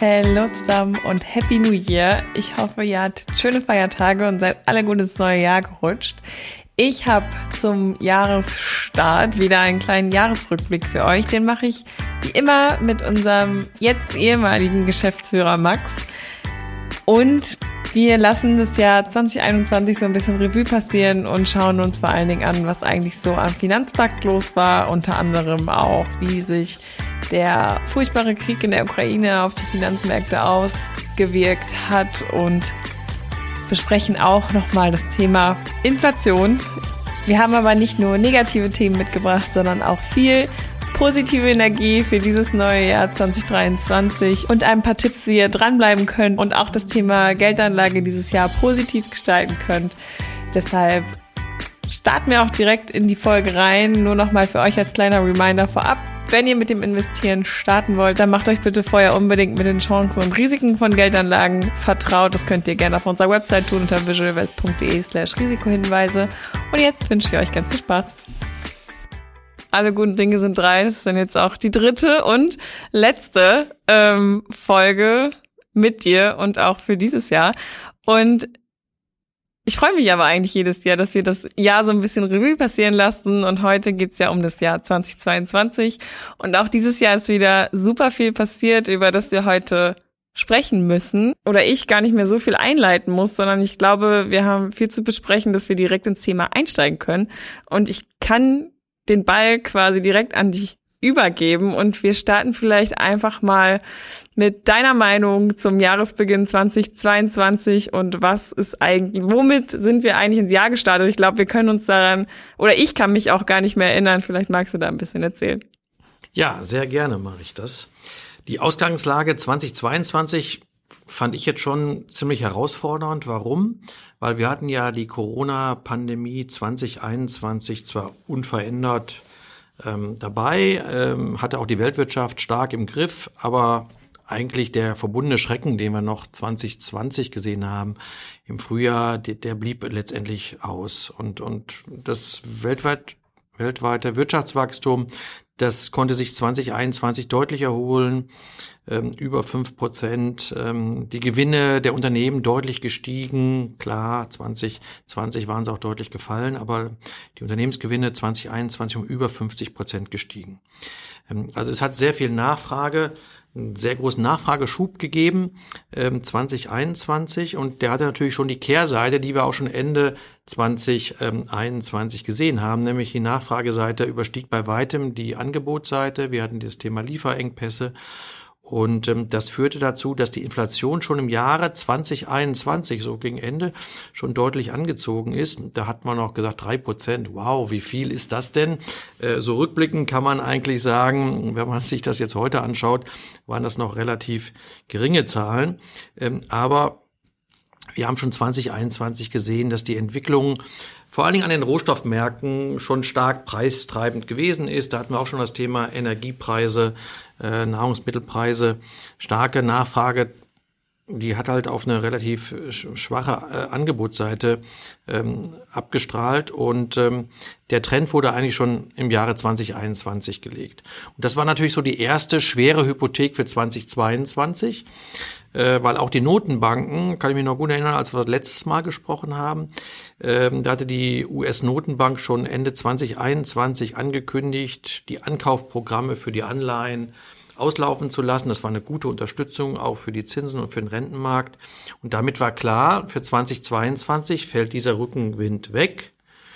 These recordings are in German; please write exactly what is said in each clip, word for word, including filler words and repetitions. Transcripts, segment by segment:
Hallo zusammen und Happy New Year. Ich hoffe, ihr hattet schöne Feiertage und seid alle gut ins neue Jahr gerutscht. Ich habe zum Jahresstart wieder einen kleinen Jahresrückblick für euch. Den mache ich wie immer mit unserem jetzt ehemaligen Geschäftsführer Max. Und wir lassen das Jahr zwanzig einundzwanzig so ein bisschen Revue passieren und schauen uns vor allen Dingen an, was eigentlich so am Finanzmarkt los war. Unter anderem auch, wie sich der furchtbare Krieg in der Ukraine auf die Finanzmärkte ausgewirkt hat und besprechen auch nochmal das Thema Inflation. Wir haben aber nicht nur negative Themen mitgebracht, sondern auch viel positive Energie für dieses neue Jahr zwanzig dreiundzwanzig und ein paar Tipps, wie ihr dranbleiben könnt und auch das Thema Geldanlage dieses Jahr positiv gestalten könnt. Deshalb starten wir auch direkt in die Folge rein. Nur nochmal für euch als kleiner Reminder vorab. Wenn ihr mit dem Investieren starten wollt, dann macht euch bitte vorher unbedingt mit den Chancen und Risiken von Geldanlagen vertraut. Das könnt ihr gerne auf unserer Website tun unter visualvest.de slash Risikohinweise. Und jetzt wünsche ich euch ganz viel Spaß. Alle guten Dinge sind drei. Das ist dann jetzt auch die dritte und letzte ähm, Folge mit dir und auch für dieses Jahr. Und ich freue mich aber eigentlich jedes Jahr, dass wir das Jahr so ein bisschen Revue passieren lassen. Und heute geht's ja um das Jahr zwanzig zweiundzwanzig. Und auch dieses Jahr ist wieder super viel passiert, über das wir heute sprechen müssen. Oder ich gar nicht mehr so viel einleiten muss, sondern ich glaube, wir haben viel zu besprechen, dass wir direkt ins Thema einsteigen können. Und ich kann den Ball quasi direkt an dich übergeben und wir starten vielleicht einfach mal mit deiner Meinung zum Jahresbeginn zwanzig zweiundzwanzig und was ist eigentlich, womit sind wir eigentlich ins Jahr gestartet? Ich glaube, wir können uns daran, oder ich kann mich auch gar nicht mehr erinnern, vielleicht magst du da ein bisschen erzählen. Ja, sehr gerne mache ich das. Die Ausgangslage zwanzig zweiundzwanzig fand ich jetzt schon ziemlich herausfordernd. Warum? Weil wir hatten ja die Corona-Pandemie zwanzig einundzwanzig zwar unverändert ähm, dabei, ähm, hatte auch die Weltwirtschaft stark im Griff, aber eigentlich der verbundene Schrecken, den wir noch zwanzig zwanzig gesehen haben im Frühjahr, der, der blieb letztendlich aus. Und, und das weltweit, weltweite Wirtschaftswachstum, das konnte sich zwanzig einundzwanzig deutlich erholen, ähm, über fünf Prozent. Ähm, die Gewinne der Unternehmen deutlich gestiegen. Klar, zwanzig zwanzig waren sie auch deutlich gefallen, aber die Unternehmensgewinne zwanzig einundzwanzig um über fünfzig Prozent gestiegen. Ähm, also es hat sehr viel Nachfrage, einen sehr großen Nachfrageschub gegeben, ähm, zwanzig einundzwanzig, und der hatte natürlich schon die Kehrseite, die wir auch schon Ende zwanzig einundzwanzig gesehen haben, nämlich die Nachfrageseite überstieg bei weitem die Angebotsseite. Wir hatten das Thema Lieferengpässe und ähm, das führte dazu, dass die Inflation schon im Jahre zwanzig einundzwanzig, so gegen Ende, schon deutlich angezogen ist. Da hat man auch gesagt, drei Prozent, wow, wie viel ist das denn? Äh, so rückblickend kann man eigentlich sagen, wenn man sich das jetzt heute anschaut, waren das noch relativ geringe Zahlen. Ähm, aber wir haben schon zwanzig einundzwanzig gesehen, dass die Entwicklung vor allen Dingen an den Rohstoffmärkten schon stark preistreibend gewesen ist. Da hatten wir auch schon das Thema Energiepreise, äh, Nahrungsmittelpreise, starke Nachfrage. Die hat halt auf eine relativ schwache äh, Angebotsseite ähm, abgestrahlt und ähm, der Trend wurde eigentlich schon im Jahre zwanzig einundzwanzig gelegt. Und das war natürlich so die erste schwere Hypothek für zwanzig zweiundzwanzig, äh, weil auch die Notenbanken, kann ich mich noch gut erinnern, als wir das letztes Mal gesprochen haben, ähm, da hatte die U S-Notenbank schon Ende zwanzig einundzwanzig angekündigt, die Ankaufprogramme für die Anleihen auslaufen zu lassen. Das war eine gute Unterstützung auch für die Zinsen und für den Rentenmarkt. Und damit war klar, für zwanzig zweiundzwanzig fällt dieser Rückenwind weg.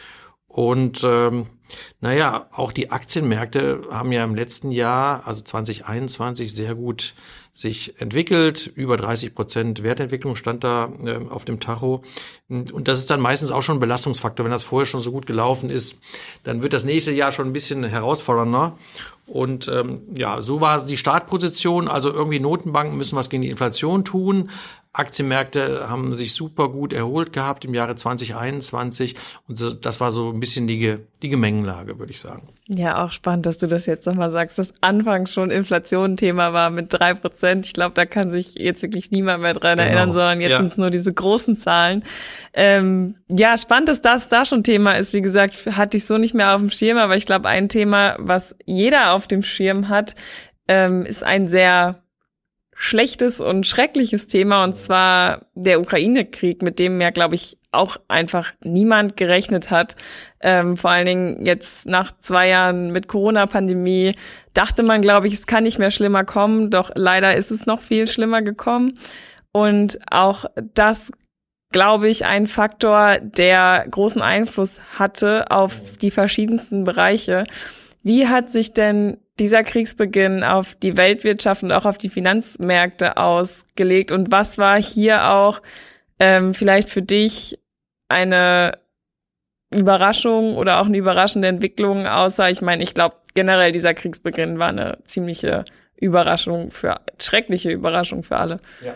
Und ähm, naja, auch die Aktienmärkte haben ja im letzten Jahr, also zwanzig einundzwanzig, sehr gut sich entwickelt. Über dreißig Prozent Wertentwicklung stand da äh, auf dem Tacho. Und das ist dann meistens auch schon ein Belastungsfaktor. Wenn das vorher schon so gut gelaufen ist, dann wird das nächste Jahr schon ein bisschen herausfordernder. Und ähm, ja, so war die Startposition. Also irgendwie Notenbanken müssen was gegen die Inflation tun. Aktienmärkte haben sich super gut erholt gehabt im Jahre zwanzig einundzwanzig. Und das war so ein bisschen die, die Gemengenlage, würde ich sagen. Ja, auch spannend, dass du das jetzt nochmal sagst, dass anfangs schon Inflation ein Thema war mit drei Prozent. Ich glaube, da kann sich jetzt wirklich niemand mehr dran Genau. erinnern, sondern jetzt Ja. sind es nur diese großen Zahlen. Ähm, ja, spannend, dass das da schon Thema ist. Wie gesagt, hatte ich so nicht mehr auf dem Schirm, aber ich glaube, ein Thema, was jeder auf dem Schirm hat, ähm, ist ein sehr schlechtes und schreckliches Thema, und zwar der Ukraine-Krieg, mit dem ja, glaube ich, auch einfach niemand gerechnet hat. Ähm, vor allen Dingen jetzt nach zwei Jahren mit Corona-Pandemie dachte man, glaube ich, es kann nicht mehr schlimmer kommen, doch leider ist es noch viel schlimmer gekommen. Und auch das, glaube ich, ein Faktor, der großen Einfluss hatte auf die verschiedensten Bereiche. Wie hat sich denn dieser Kriegsbeginn auf die Weltwirtschaft und auch auf die Finanzmärkte ausgelegt? Und was war hier auch ähm, vielleicht für dich eine Überraschung oder auch eine überraschende Entwicklung, außer, ich meine, ich glaube, generell dieser Kriegsbeginn war eine ziemliche Überraschung für, schreckliche Überraschung für alle. Ja.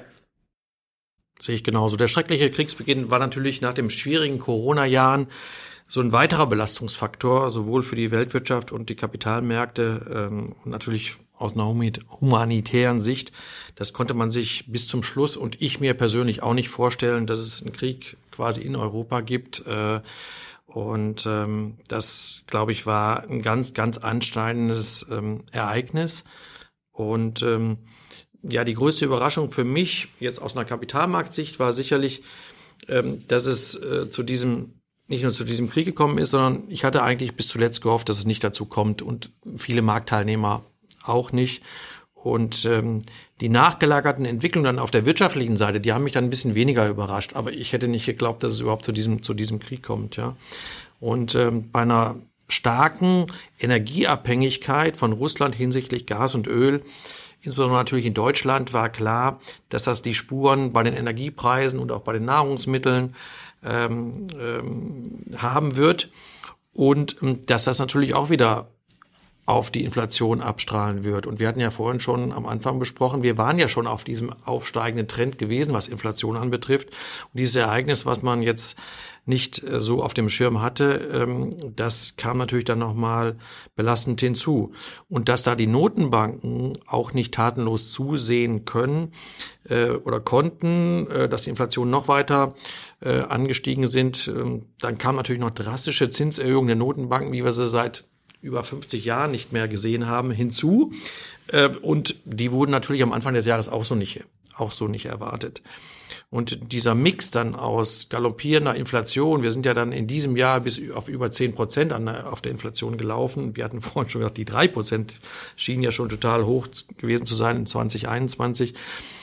Sehe ich genauso. Der schreckliche Kriegsbeginn war natürlich nach den schwierigen Corona-Jahren so ein weiterer Belastungsfaktor, sowohl für die Weltwirtschaft und die Kapitalmärkte ähm, und natürlich aus einer humanitären Sicht. Das konnte man sich bis zum Schluss und ich mir persönlich auch nicht vorstellen, dass es einen Krieg quasi in Europa gibt. Äh, und ähm, das, glaube ich, war ein ganz, ganz ansteigendes ähm, Ereignis. Und ähm, ja, die größte Überraschung für mich jetzt aus einer Kapitalmarktsicht war sicherlich, ähm, dass es äh, zu diesem nicht nur zu diesem Krieg gekommen ist, sondern ich hatte eigentlich bis zuletzt gehofft, dass es nicht dazu kommt und viele Marktteilnehmer auch nicht. Und ähm, die nachgelagerten Entwicklungen dann auf der wirtschaftlichen Seite, die haben mich dann ein bisschen weniger überrascht. Aber ich hätte nicht geglaubt, dass es überhaupt zu diesem zu diesem Krieg kommt. Ja. Und ähm, bei einer starken Energieabhängigkeit von Russland hinsichtlich Gas und Öl, insbesondere natürlich in Deutschland, war klar, dass das die Spuren bei den Energiepreisen und auch bei den Nahrungsmitteln ähm, ähm, haben wird und ähm, dass das natürlich auch wieder auf die Inflation abstrahlen wird. Und wir hatten ja vorhin schon am Anfang besprochen, wir waren ja schon auf diesem aufsteigenden Trend gewesen, was Inflation anbetrifft. Und dieses Ereignis, was man jetzt nicht so auf dem Schirm hatte, das kam natürlich dann nochmal belastend hinzu. Und dass da die Notenbanken auch nicht tatenlos zusehen können oder konnten, dass die Inflation noch weiter angestiegen sind, dann kam natürlich noch drastische Zinserhöhungen der Notenbanken, wie wir sie seit über fünfzig Jahren nicht mehr gesehen haben, hinzu. Und die wurden natürlich am Anfang des Jahres auch so nicht, auch so nicht erwartet. Und dieser Mix dann aus galoppierender Inflation, wir sind ja dann in diesem Jahr bis auf über zehn Prozent an, auf der Inflation gelaufen. Wir hatten vorhin schon gesagt, die drei Prozent schienen ja schon total hoch gewesen zu sein in zwanzig einundzwanzig.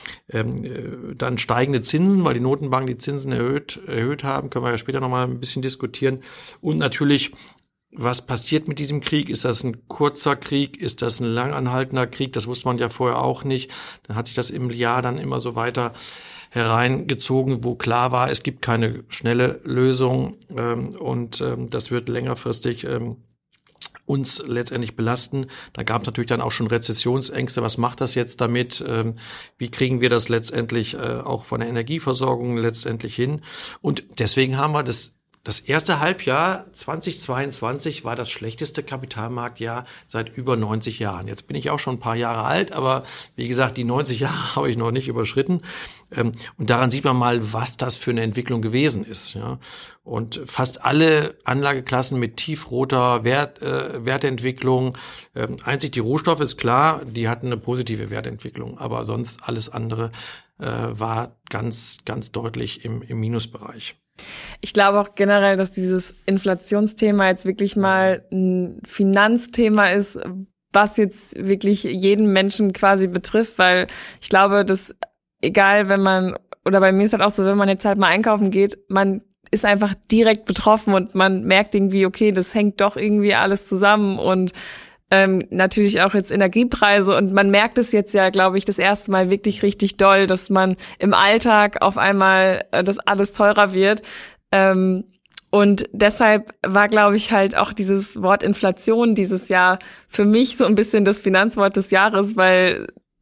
Ähm, dann steigende Zinsen, weil die Notenbanken die Zinsen erhöht, erhöht haben, können wir ja später nochmal ein bisschen diskutieren. Und natürlich, was passiert mit diesem Krieg? Ist das ein kurzer Krieg? Ist das ein langanhaltender Krieg? Das wusste man ja vorher auch nicht. Dann hat sich das im Jahr dann immer so weiter hereingezogen, wo klar war, es gibt keine schnelle Lösung ähm, und ähm, das wird längerfristig ähm, uns letztendlich belasten. Da gab es natürlich dann auch schon Rezessionsängste. Was macht das jetzt damit? Ähm, wie kriegen wir das letztendlich äh, auch von der Energieversorgung letztendlich hin? Und deswegen haben wir das Das erste Halbjahr zweitausendzweiundzwanzig war das schlechteste Kapitalmarktjahr seit über neunzig Jahren. Jetzt bin ich auch schon ein paar Jahre alt, aber wie gesagt, die neunzig Jahre habe ich noch nicht überschritten. Und daran sieht man mal, was das für eine Entwicklung gewesen ist. Ja. Und fast alle Anlageklassen mit tiefroter Wert, äh, Wertentwicklung, äh, einzig die Rohstoffe ist klar, die hatten eine positive Wertentwicklung, aber sonst alles andere äh, war ganz, ganz deutlich im, im Minusbereich. Ich glaube auch generell, dass dieses Inflationsthema jetzt wirklich mal ein Finanzthema ist, was jetzt wirklich jeden Menschen quasi betrifft, weil ich glaube, dass egal, wenn man, oder bei mir ist halt auch so, wenn man jetzt halt mal einkaufen geht, man ist einfach direkt betroffen und man merkt irgendwie, okay, das hängt doch irgendwie alles zusammen und Ähm, natürlich auch jetzt Energiepreise und man merkt es jetzt ja, glaube ich, das erste Mal wirklich richtig doll, dass man im Alltag auf einmal, äh, dass alles teurer wird. Ähm, und deshalb war, glaube ich, halt auch dieses Wort Inflation dieses Jahr für mich so ein bisschen das Finanzwort des Jahres, weil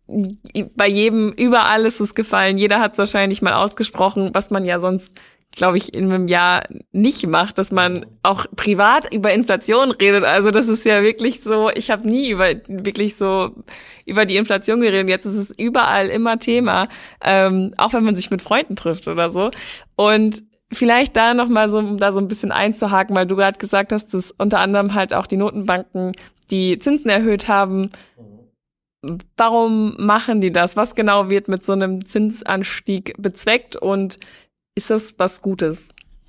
bei jedem, überall ist es gefallen. Jeder hat es wahrscheinlich mal ausgesprochen, was man ja sonst, glaube ich, in einem Jahr nicht macht, dass man auch privat über Inflation redet. Also das ist ja wirklich so, ich habe nie über wirklich so über die Inflation geredet. Jetzt ist es überall immer Thema, ähm, auch wenn man sich mit Freunden trifft oder so. Und vielleicht da nochmal so, um da so ein bisschen einzuhaken, weil du gerade gesagt hast, dass unter anderem halt auch die Notenbanken die Zinsen erhöht haben. Warum machen die das? Was genau wird mit so einem Zinsanstieg bezweckt und ist das was Gutes?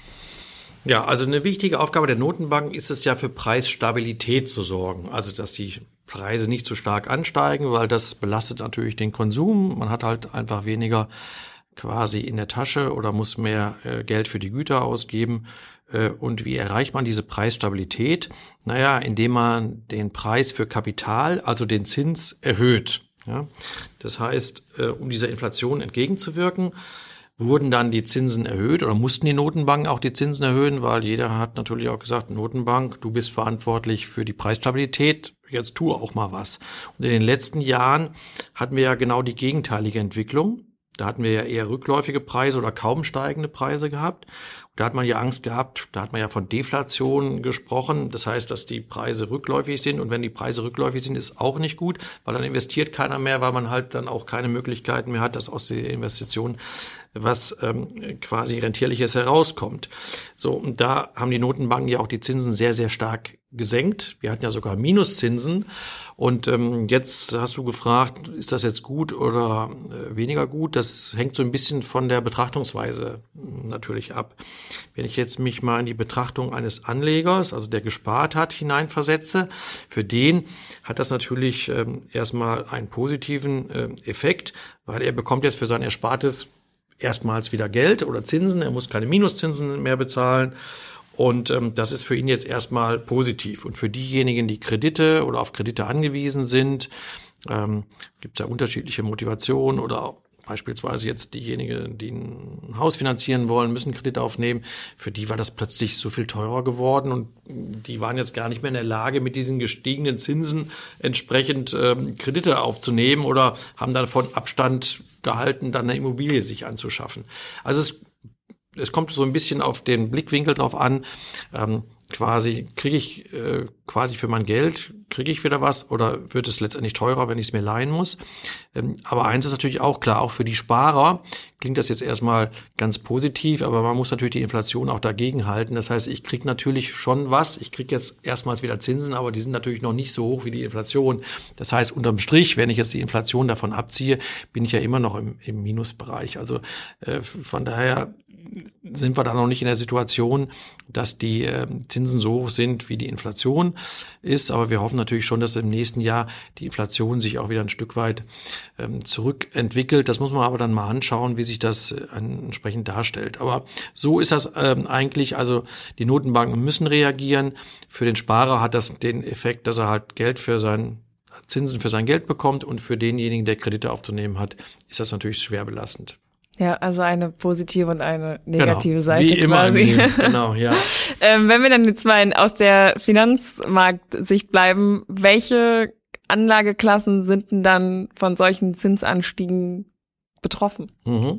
Ja, also eine wichtige Aufgabe der Notenbank ist es ja, für Preisstabilität zu sorgen. Also dass die Preise nicht zu stark ansteigen, weil das belastet natürlich den Konsum. Man hat halt einfach weniger quasi in der Tasche oder muss mehr äh, Geld für die Güter ausgeben. Äh, und wie erreicht man diese Preisstabilität? Naja, indem man den Preis für Kapital, also den Zins, erhöht. Ja? Das heißt, äh, um dieser Inflation entgegenzuwirken, wurden dann die Zinsen erhöht oder mussten die Notenbanken auch die Zinsen erhöhen, weil jeder hat natürlich auch gesagt, Notenbank, du bist verantwortlich für die Preisstabilität, jetzt tu auch mal was. Und in den letzten Jahren hatten wir ja genau die gegenteilige Entwicklung. Da hatten wir ja eher rückläufige Preise oder kaum steigende Preise gehabt. Und da hat man ja Angst gehabt, da hat man ja von Deflation gesprochen. Das heißt, dass die Preise rückläufig sind. Und wenn die Preise rückläufig sind, ist auch nicht gut, weil dann investiert keiner mehr, weil man halt dann auch keine Möglichkeiten mehr hat, dass aus der Investition was ähm, quasi Rentierliches herauskommt. So, und da haben die Notenbanken ja auch die Zinsen sehr, sehr stark gesenkt. Wir hatten ja sogar Minuszinsen. Und ähm, jetzt hast du gefragt, ist das jetzt gut oder äh, weniger gut? Das hängt so ein bisschen von der Betrachtungsweise äh, natürlich ab. Wenn ich jetzt mich mal in die Betrachtung eines Anlegers, also der gespart hat, hineinversetze, für den hat das natürlich äh, erstmal einen positiven äh, Effekt, weil er bekommt jetzt für sein Erspartes erstmals wieder Geld oder Zinsen. Er muss keine Minuszinsen mehr bezahlen. Und ähm, das ist für ihn jetzt erstmal positiv. Und für diejenigen, die Kredite oder auf Kredite angewiesen sind, ähm, gibt es ja unterschiedliche Motivationen oder beispielsweise jetzt diejenigen, die ein Haus finanzieren wollen, müssen Kredite aufnehmen. Für die war das plötzlich so viel teurer geworden und die waren jetzt gar nicht mehr in der Lage, mit diesen gestiegenen Zinsen entsprechend ähm, Kredite aufzunehmen oder haben davon Abstand gehalten, dann eine Immobilie sich anzuschaffen. Also es Es kommt so ein bisschen auf den Blickwinkel drauf an, ähm, quasi kriege ich äh, quasi für mein Geld, kriege ich wieder was oder wird es letztendlich teurer, wenn ich es mir leihen muss. Ähm, aber eins ist natürlich auch klar, auch für die Sparer klingt das jetzt erstmal ganz positiv, aber man muss natürlich die Inflation auch dagegen halten. Das heißt, ich kriege natürlich schon was, ich kriege jetzt erstmals wieder Zinsen, aber die sind natürlich noch nicht so hoch wie die Inflation. Das heißt, unterm Strich, wenn ich jetzt die Inflation davon abziehe, bin ich ja immer noch im, im Minusbereich. Also äh, von daher sind wir da noch nicht in der Situation, dass die äh, Zinsen so hoch sind, wie die Inflation ist. Aber wir hoffen natürlich schon, dass im nächsten Jahr die Inflation sich auch wieder ein Stück weit ähm, zurückentwickelt. Das muss man aber dann mal anschauen, wie sich das äh, entsprechend darstellt. Aber so ist das ähm, eigentlich. Also die Notenbanken müssen reagieren. Für den Sparer hat das den Effekt, dass er halt Geld für sein Zinsen für sein Geld bekommt und für denjenigen, der Kredite aufzunehmen hat, ist das natürlich schwer belastend. Ja, also eine positive und eine negative genau, Seite wie immer quasi. Im Leben. Genau, ja. ähm, wenn wir dann jetzt mal aus der Finanzmarktsicht bleiben, welche Anlageklassen sind denn dann von solchen Zinsanstiegen betroffen? Mhm.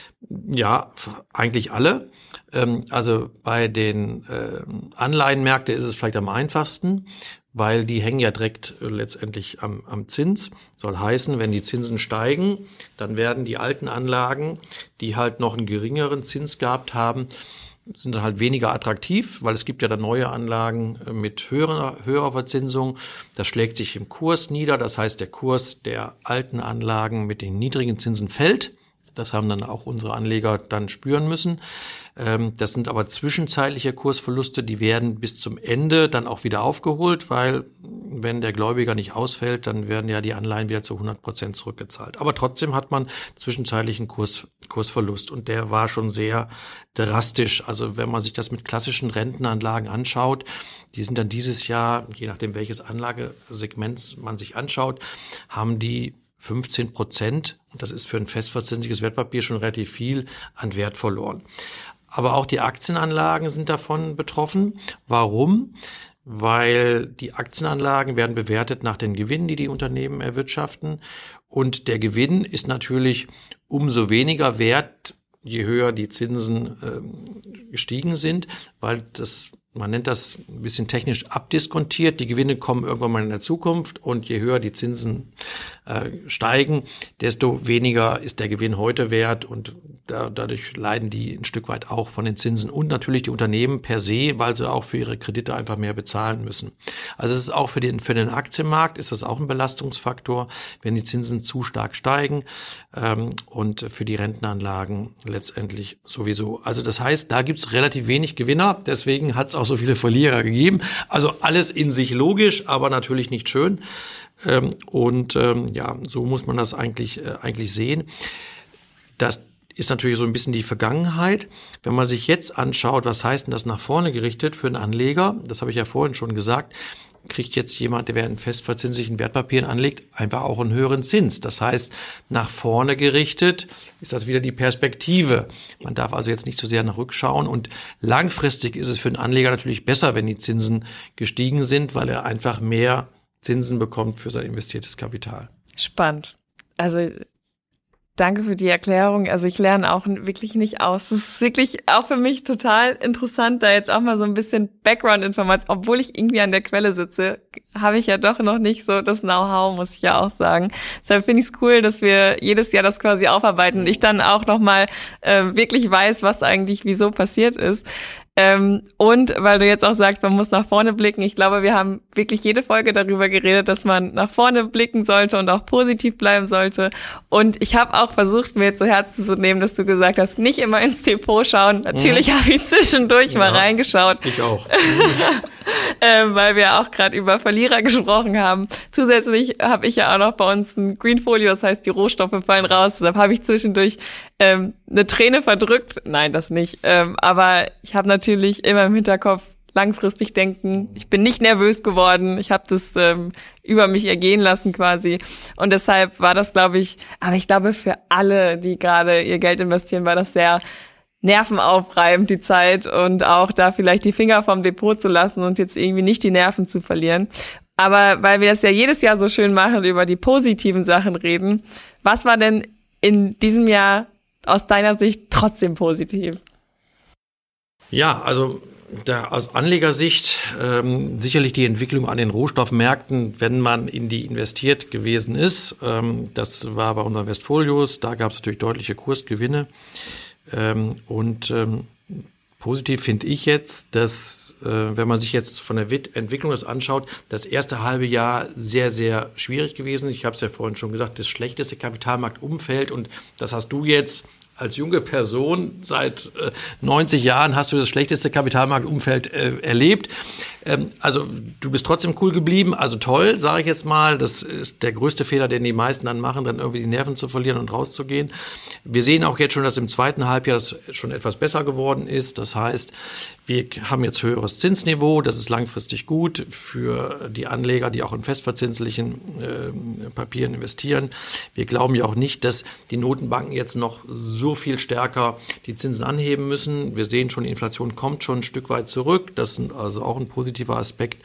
Ja, eigentlich alle. Ähm, also bei den äh, Anleihenmärkten ist es vielleicht am einfachsten, weil die hängen ja direkt äh, letztendlich am, am Zins. Soll heißen, wenn die Zinsen steigen, dann werden die alten Anlagen, die halt noch einen geringeren Zins gehabt haben, sind dann halt weniger attraktiv, weil es gibt ja dann neue Anlagen mit höherer, höherer Verzinsung. Das schlägt sich im Kurs nieder. Das heißt, der Kurs der alten Anlagen mit den niedrigen Zinsen fällt. Das haben dann auch unsere Anleger dann spüren müssen. Das sind aber zwischenzeitliche Kursverluste, die werden bis zum Ende dann auch wieder aufgeholt, weil wenn der Gläubiger nicht ausfällt, dann werden ja die Anleihen wieder zu hundert Prozent zurückgezahlt. Aber trotzdem hat man zwischenzeitlichen Kurs, Kursverlust und der war schon sehr drastisch. Also wenn man sich das mit klassischen Rentenanlagen anschaut, die sind dann dieses Jahr, je nachdem welches Anlagesegment man sich anschaut, haben die fünfzehn Prozent, das ist für ein festverzinsliches Wertpapier schon relativ viel, an Wert verloren. Aber auch die Aktienanlagen sind davon betroffen. Warum? Weil die Aktienanlagen werden bewertet nach den Gewinnen, die die Unternehmen erwirtschaften. Und der Gewinn ist natürlich umso weniger wert, je höher die Zinsen äh, gestiegen sind, weil das man nennt das ein bisschen technisch abdiskontiert. Die Gewinne kommen irgendwann mal in der Zukunft und je höher die Zinsen äh, steigen, desto weniger ist der Gewinn heute wert und da, dadurch leiden die ein Stück weit auch von den Zinsen und natürlich die Unternehmen per se, weil sie auch für ihre Kredite einfach mehr bezahlen müssen. Also es ist auch für den, für den Aktienmarkt ist das auch ein Belastungsfaktor, wenn die Zinsen zu stark steigen ähm, und für die Rentenanlagen letztendlich sowieso. Also das heißt, da gibt es relativ wenig Gewinner, deswegen hat es auch so viele Verlierer gegeben. Also alles in sich logisch, aber natürlich nicht schön. Ähm, und ähm, ja, so muss man das eigentlich äh, eigentlich sehen. Das ist natürlich so ein bisschen die Vergangenheit. Wenn man sich jetzt anschaut, was heißt denn das nach vorne gerichtet für einen Anleger? Das habe ich ja vorhin schon gesagt. Kriegt jetzt jemand, der in festverzinslichen Wertpapieren anlegt, einfach auch einen höheren Zins. Das heißt, nach vorne gerichtet ist das wieder die Perspektive. Man darf also jetzt nicht zu sehr nach rückschauen und langfristig ist es für den Anleger natürlich besser, wenn die Zinsen gestiegen sind, weil er einfach mehr Zinsen bekommt für sein investiertes Kapital. Spannend. Also danke für die Erklärung. Also ich lerne auch wirklich nicht aus. Es ist wirklich auch für mich total interessant, da jetzt auch mal so ein bisschen Background-Information, obwohl ich irgendwie an der Quelle sitze, habe ich ja doch noch nicht so das Know-how, muss ich ja auch sagen. Deshalb finde ich es cool, dass wir jedes Jahr das quasi aufarbeiten und ich dann auch nochmal äh, wirklich weiß, was eigentlich wieso passiert ist. Ähm, und weil du jetzt auch sagst, man muss nach vorne blicken. Ich glaube, wir haben wirklich jede Folge darüber geredet, dass man nach vorne blicken sollte und auch positiv bleiben sollte. Und ich habe auch versucht, mir zu Herzen zu nehmen, dass du gesagt hast, nicht immer ins Depot schauen. Natürlich mhm. habe ich zwischendurch ja, mal reingeschaut. Ich auch. ähm, weil wir auch gerade über Verlierer gesprochen haben. Zusätzlich habe ich ja auch noch bei uns ein Greenfolio, das heißt, die Rohstoffe fallen raus. Deshalb habe ich zwischendurch ähm, eine Träne verdrückt. Nein, das nicht. Ähm, aber ich habe natürlich immer im Hinterkopf langfristig denken. Ich bin nicht nervös geworden. Ich habe das ähm, über mich ergehen lassen quasi. Und deshalb war das, glaube ich, aber ich glaube für alle, die gerade ihr Geld investieren, war das sehr nervenaufreibend, die Zeit. Und auch da vielleicht die Finger vom Depot zu lassen und jetzt irgendwie nicht die Nerven zu verlieren. Aber weil wir das ja jedes Jahr so schön machen, über die positiven Sachen reden, was war denn in diesem Jahr aus deiner Sicht trotzdem positiv? Ja, also da aus Anlegersicht ähm, sicherlich die Entwicklung an den Rohstoffmärkten, wenn man in die investiert gewesen ist. Ähm, das war bei unseren Westfolios, da gab es natürlich deutliche Kursgewinne. Ähm, und ähm, positiv finde ich jetzt, dass, äh, wenn man sich jetzt von der Entwicklung das anschaut, das erste halbe Jahr sehr, sehr schwierig gewesen. Ich habe es ja vorhin schon gesagt, das schlechteste Kapitalmarktumfeld und das hast du jetzt als junge Person seit äh, neunzig Jahren hast du das schlechteste Kapitalmarktumfeld äh, erlebt. Ähm, also du bist trotzdem cool geblieben, also toll, sage ich jetzt mal. Das ist der größte Fehler, den die meisten dann machen, dann irgendwie die Nerven zu verlieren und rauszugehen. Wir sehen auch jetzt schon, dass im zweiten Halbjahr das schon etwas besser geworden ist. Das heißt, wir haben jetzt höheres Zinsniveau, das ist langfristig gut für die Anleger, die auch in festverzinslichen äh, Papieren investieren. Wir glauben ja auch nicht, dass die Notenbanken jetzt noch so viel stärker die Zinsen anheben müssen. Wir sehen schon, die Inflation kommt schon ein Stück weit zurück. Das ist also auch ein positiver Aspekt.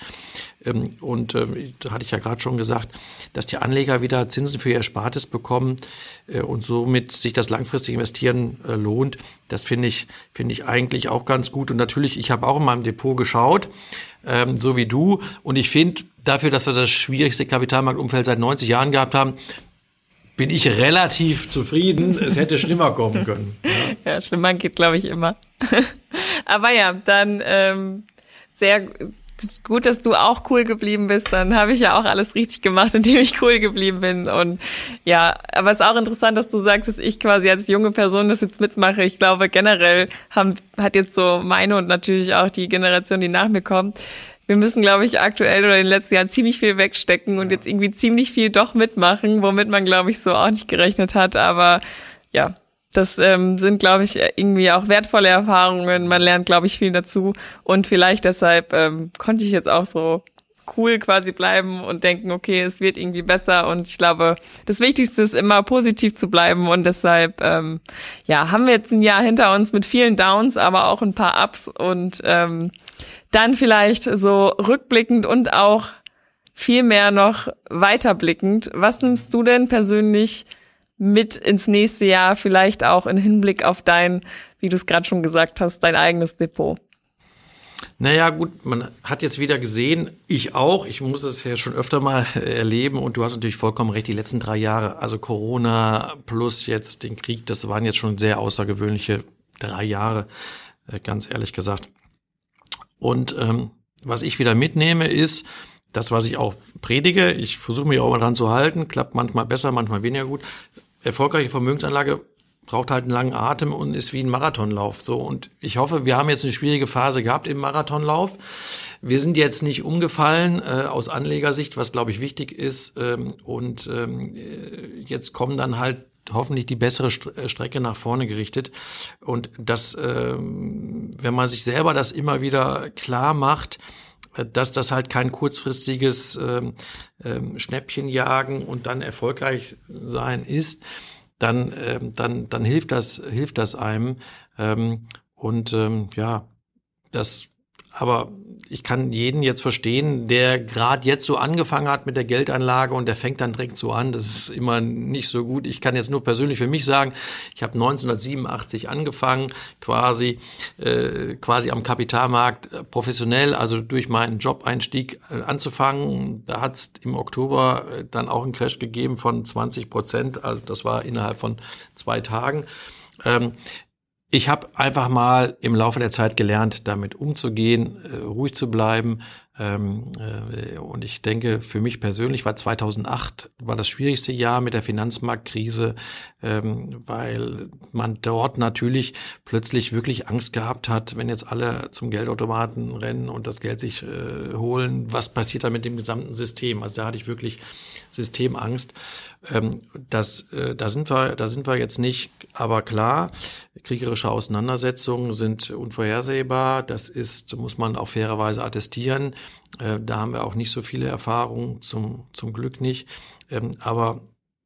Und äh, da hatte ich ja gerade schon gesagt, dass die Anleger wieder Zinsen für ihr Erspartes bekommen äh, und somit sich das langfristige Investieren äh, lohnt. Das finde ich finde ich eigentlich auch ganz gut. Und natürlich, ich habe auch in meinem Depot geschaut, ähm, so wie du. Und ich finde, dafür, dass wir das schwierigste Kapitalmarktumfeld seit neunzig Jahren gehabt haben, bin ich relativ zufrieden. Es hätte schlimmer kommen können. Ja, ja, schlimmer geht, glaube ich, immer. Aber ja, dann ähm, sehr gut, dass du auch cool geblieben bist. Dann habe ich ja auch alles richtig gemacht, indem ich cool geblieben bin. Und ja, aber es ist auch interessant, dass du sagst, dass ich quasi als junge Person das jetzt mitmache. Ich glaube, generell haben, hat jetzt so meine und natürlich auch die Generation, die nach mir kommt, wir müssen, glaube ich, aktuell oder in den letzten Jahren ziemlich viel wegstecken und jetzt irgendwie ziemlich viel doch mitmachen, womit man, glaube ich, so auch nicht gerechnet hat. Aber ja, das ähm, sind, glaube ich, irgendwie auch wertvolle Erfahrungen. Man lernt, glaube ich, viel dazu. Und vielleicht deshalb ähm, konnte ich jetzt auch so cool quasi bleiben und denken, okay, es wird irgendwie besser. Und ich glaube, das Wichtigste ist immer positiv zu bleiben. Und deshalb, ähm, ja, haben wir jetzt ein Jahr hinter uns mit vielen Downs, aber auch ein paar Ups. Und ähm, dann vielleicht so rückblickend und auch viel mehr noch weiterblickend. Was nimmst du denn persönlich mit ins nächste Jahr, vielleicht auch in Hinblick auf dein, wie du es gerade schon gesagt hast, dein eigenes Depot? Naja, gut, man hat jetzt wieder gesehen, ich auch, ich muss es ja schon öfter mal erleben und du hast natürlich vollkommen recht, die letzten drei Jahre, also Corona plus jetzt den Krieg, das waren jetzt schon sehr außergewöhnliche drei Jahre, ganz ehrlich gesagt. Und ähm, was ich wieder mitnehme, ist das, was ich auch predige, ich versuche mich auch mal dran zu halten, klappt manchmal besser, manchmal weniger gut. Erfolgreiche Vermögensanlage braucht halt einen langen Atem und ist wie ein Marathonlauf. So, und ich hoffe, wir haben jetzt eine schwierige Phase gehabt im Marathonlauf. Wir sind jetzt nicht umgefallen äh, aus Anlegersicht, was glaube ich wichtig ist. Ähm, und ähm, jetzt kommen dann halt hoffentlich die bessere St- Strecke nach vorne gerichtet. Und das, ähm, wenn man sich selber das immer wieder klar macht, dass das halt kein kurzfristiges ähm, ähm, Schnäppchenjagen und dann erfolgreich sein ist, dann ähm, dann dann hilft das hilft das einem ähm, und ähm, ja, das aber ich kann jeden jetzt verstehen, der gerade jetzt so angefangen hat mit der Geldanlage und der fängt dann direkt so an. Das ist immer nicht so gut. Ich kann jetzt nur persönlich für mich sagen, ich habe neunzehnhundertsiebenundachtzig angefangen, quasi äh, quasi am Kapitalmarkt äh, professionell, also durch meinen Job-Einstieg äh, anzufangen. Da hat es im Oktober äh, dann auch einen Crash gegeben von zwanzig Prozent. Also das war innerhalb von zwei Tagen. Ähm, Ich habe einfach mal im Laufe der Zeit gelernt, damit umzugehen, äh, ruhig zu bleiben. Ähm, äh, und ich denke, für mich persönlich war zweitausendacht war das schwierigste Jahr mit der Finanzmarktkrise, ähm, weil man dort natürlich plötzlich wirklich Angst gehabt hat, wenn jetzt alle zum Geldautomaten rennen und das Geld sich äh, holen, was passiert dann mit dem gesamten System? Also da hatte ich wirklich Systemangst. Ähm, das, äh, da sind wir, da sind wir jetzt nicht, aber klar, kriegerische Auseinandersetzungen sind unvorhersehbar. Das ist, muss man auch fairerweise attestieren. Äh, da haben wir auch nicht so viele Erfahrungen, zum, zum Glück nicht. Ähm, aber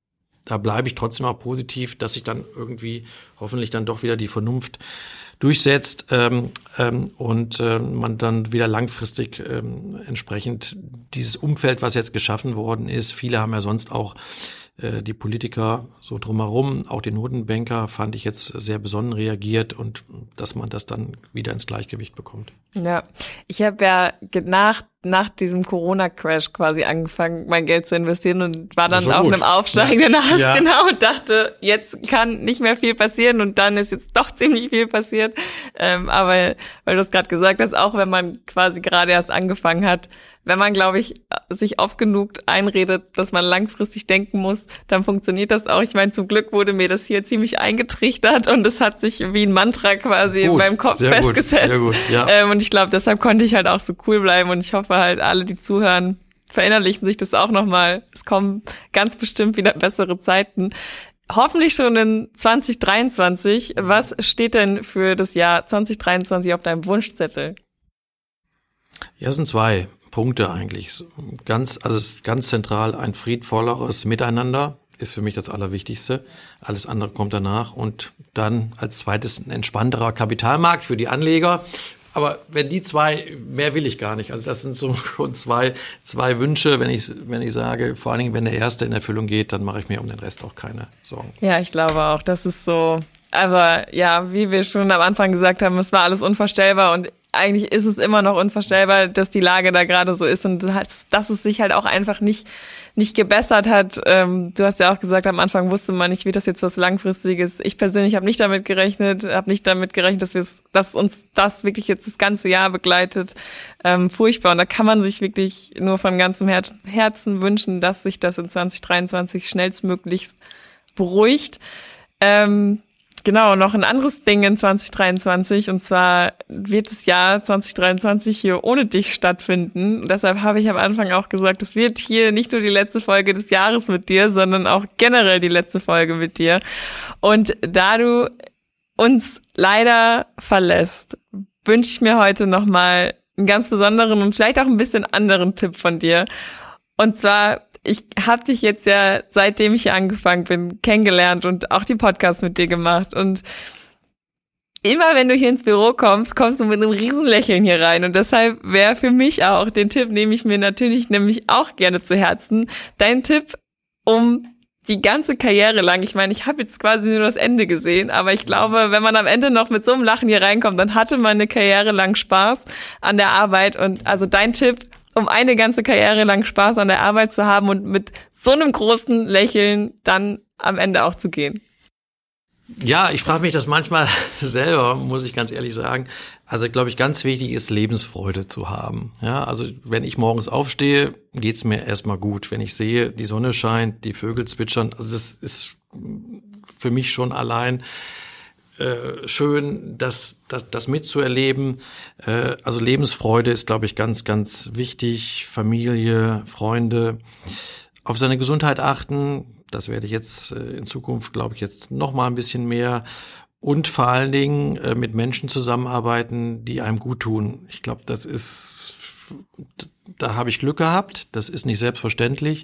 da bleibe ich trotzdem auch positiv, dass sich dann irgendwie hoffentlich dann doch wieder die Vernunft durchsetzt ähm, ähm, und äh, man dann wieder langfristig ähm, entsprechend dieses Umfeld, was jetzt geschaffen worden ist, viele haben ja sonst auch äh, die Politiker so drumherum, auch die Notenbanker, fand ich jetzt sehr besonnen reagiert und dass man das dann wieder ins Gleichgewicht bekommt. Ja, ich habe ja nach, nach diesem Corona-Crash quasi angefangen, mein Geld zu investieren und war dann auf gut. einem aufsteigenden ja. Ast, ja. genau, und dachte, jetzt kann nicht mehr viel passieren und dann ist jetzt doch ziemlich viel passiert. Ähm, aber weil du es gerade gesagt hast, auch wenn man quasi gerade erst angefangen hat, wenn man, glaube ich, sich oft genug einredet, dass man langfristig denken muss, dann funktioniert das auch. Ich meine, zum Glück wurde mir das hier ziemlich eingetrichtert und es hat sich wie ein Mantra quasi gut, in meinem Kopf sehr festgesetzt. Gut, sehr gut, ja. ähm, und ich glaube, deshalb konnte ich halt auch so cool bleiben und ich hoffe halt, alle, die zuhören, verinnerlichen sich das auch nochmal. Es kommen ganz bestimmt wieder bessere Zeiten. Hoffentlich schon in zwanzig dreiundzwanzig. Was steht denn für das Jahr zwanzig dreiundzwanzig auf deinem Wunschzettel? Ja, es sind zwei Punkte eigentlich. Ganz, also es ist ganz zentral ein friedvolleres Miteinander ist für mich das Allerwichtigste. Alles andere kommt danach und dann als zweites ein entspannterer Kapitalmarkt für die Anleger. Aber wenn die zwei, mehr will ich gar nicht. Also das sind so schon zwei, zwei Wünsche. Wenn ich, wenn ich sage, vor allen Dingen, wenn der erste in Erfüllung geht, dann mache ich mir um den Rest auch keine Sorgen. Ja, ich glaube auch, das ist so, aber ja, wie wir schon am Anfang gesagt haben, es war alles unvorstellbar und eigentlich ist es immer noch unvorstellbar, dass die Lage da gerade so ist und dass es sich halt auch einfach nicht nicht gebessert hat. Ähm, du hast ja auch gesagt, am Anfang wusste man nicht, wie das jetzt was Langfristiges. Ich persönlich habe nicht damit gerechnet, habe nicht damit gerechnet, dass wir dass uns das wirklich jetzt das ganze Jahr begleitet. Ähm, furchtbar. Und da kann man sich wirklich nur von ganzem Her- Herzen wünschen, dass sich das in zwanzig dreiundzwanzig schnellstmöglich beruhigt. Ähm, Genau, noch ein anderes Ding in zwanzig dreiundzwanzig und zwar wird das Jahr zwanzig dreiundzwanzig hier ohne dich stattfinden. Und deshalb habe ich am Anfang auch gesagt, es wird hier nicht nur die letzte Folge des Jahres mit dir, sondern auch generell die letzte Folge mit dir. Und da du uns leider verlässt, wünsche ich mir heute nochmal einen ganz besonderen und vielleicht auch ein bisschen anderen Tipp von dir. Und zwar, ich habe dich jetzt ja, seitdem ich hier angefangen bin, kennengelernt und auch die Podcasts mit dir gemacht. Und immer wenn du hier ins Büro kommst, kommst du mit einem riesen Lächeln hier rein. Und deshalb wäre für mich auch, den Tipp nehme ich mir natürlich nämlich auch gerne zu Herzen, dein Tipp, um die ganze Karriere lang, ich meine, ich habe jetzt quasi nur das Ende gesehen, aber ich glaube, wenn man am Ende noch mit so einem Lachen hier reinkommt, dann hatte man eine Karriere lang Spaß an der Arbeit. Und also dein Tipp, um eine ganze Karriere lang Spaß an der Arbeit zu haben und mit so einem großen Lächeln dann am Ende auch zu gehen. Ja, ich frage mich das manchmal selber, muss ich ganz ehrlich sagen. Also, glaube ich, ganz wichtig ist, Lebensfreude zu haben. Ja, also wenn ich morgens aufstehe, geht's mir erstmal gut. Wenn ich sehe, die Sonne scheint, die Vögel zwitschern, also das ist für mich schon allein äh, schön, das, das, das mitzuerleben. Äh, also Lebensfreude ist, glaube ich, ganz, ganz wichtig. Familie, Freunde, auf seine Gesundheit achten. Das werde ich jetzt in Zukunft, glaube ich, jetzt noch mal ein bisschen mehr und vor allen Dingen mit Menschen zusammenarbeiten, die einem gut tun. Ich glaube, das ist, da habe ich Glück gehabt. Das ist nicht selbstverständlich.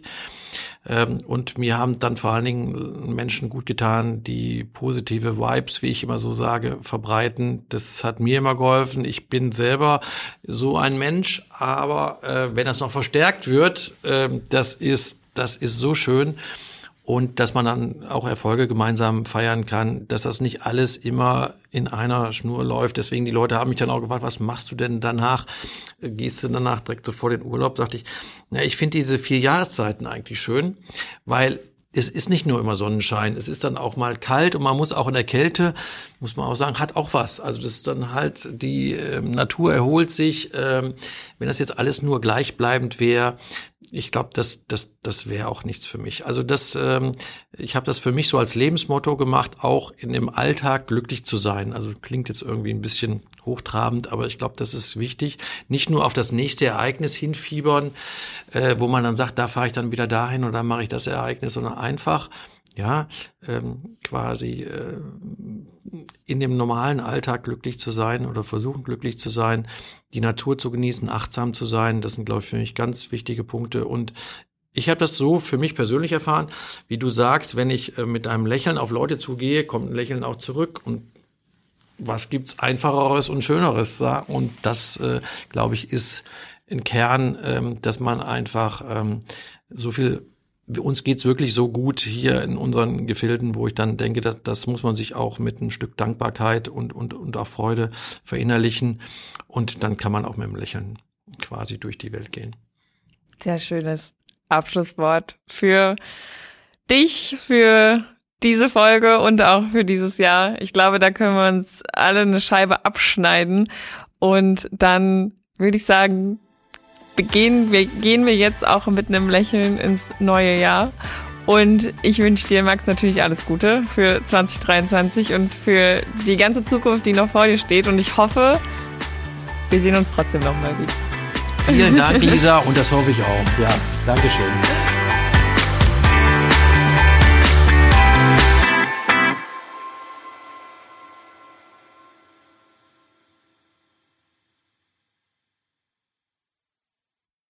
Und mir haben dann vor allen Dingen Menschen gut getan, die positive Vibes, wie ich immer so sage, verbreiten. Das hat mir immer geholfen. Ich bin selber so ein Mensch, aber wenn das noch verstärkt wird, das ist, das ist so schön. Und dass man dann auch Erfolge gemeinsam feiern kann, dass das nicht alles immer in einer Schnur läuft. Deswegen, die Leute haben mich dann auch gefragt, was machst du denn danach? Gehst du danach direkt so vor den Urlaub? Sagte ich, na, ich finde diese vier Jahreszeiten eigentlich schön, weil es ist nicht nur immer Sonnenschein, es ist dann auch mal kalt und man muss auch in der Kälte, muss man auch sagen, hat auch was. Also das ist dann halt, die äh, Natur erholt sich. Ähm, wenn das jetzt alles nur gleichbleibend wäre, ich glaube, das das das wäre auch nichts für mich. Also das, ähm, ich habe das für mich so als Lebensmotto gemacht, auch in dem Alltag glücklich zu sein. Also klingt jetzt irgendwie ein bisschen hochtrabend, aber ich glaube, das ist wichtig. Nicht nur auf das nächste Ereignis hinfiebern, äh, wo man dann sagt, da fahre ich dann wieder dahin oder mache ich das Ereignis, sondern einfach, ja, ähm, quasi äh, in dem normalen Alltag glücklich zu sein oder versuchen glücklich zu sein, die Natur zu genießen, achtsam zu sein. Das sind, glaube ich, für mich ganz wichtige Punkte. Und ich habe das so für mich persönlich erfahren, wie du sagst, wenn ich äh, mit einem Lächeln auf Leute zugehe, kommt ein Lächeln auch zurück. Und was gibt's Einfacheres und Schöneres? Ja? Und das, äh, glaube ich, ist im Kern, ähm, dass man einfach ähm, so viel, uns geht's wirklich so gut hier in unseren Gefilden, wo ich dann denke, das, das muss man sich auch mit einem Stück Dankbarkeit und, und, und auch Freude verinnerlichen. Und dann kann man auch mit dem Lächeln quasi durch die Welt gehen. Sehr schönes Abschlusswort für dich, für diese Folge und auch für dieses Jahr. Ich glaube, da können wir uns alle eine Scheibe abschneiden und dann würde ich sagen, begehen wir, gehen wir jetzt auch mit einem Lächeln ins neue Jahr. Und ich wünsche dir, Max, natürlich alles Gute für zwanzig dreiundzwanzig und für die ganze Zukunft, die noch vor dir steht. Und ich hoffe, wir sehen uns trotzdem nochmal wieder. Vielen Dank, Lisa, und das hoffe ich auch. Ja, Dankeschön.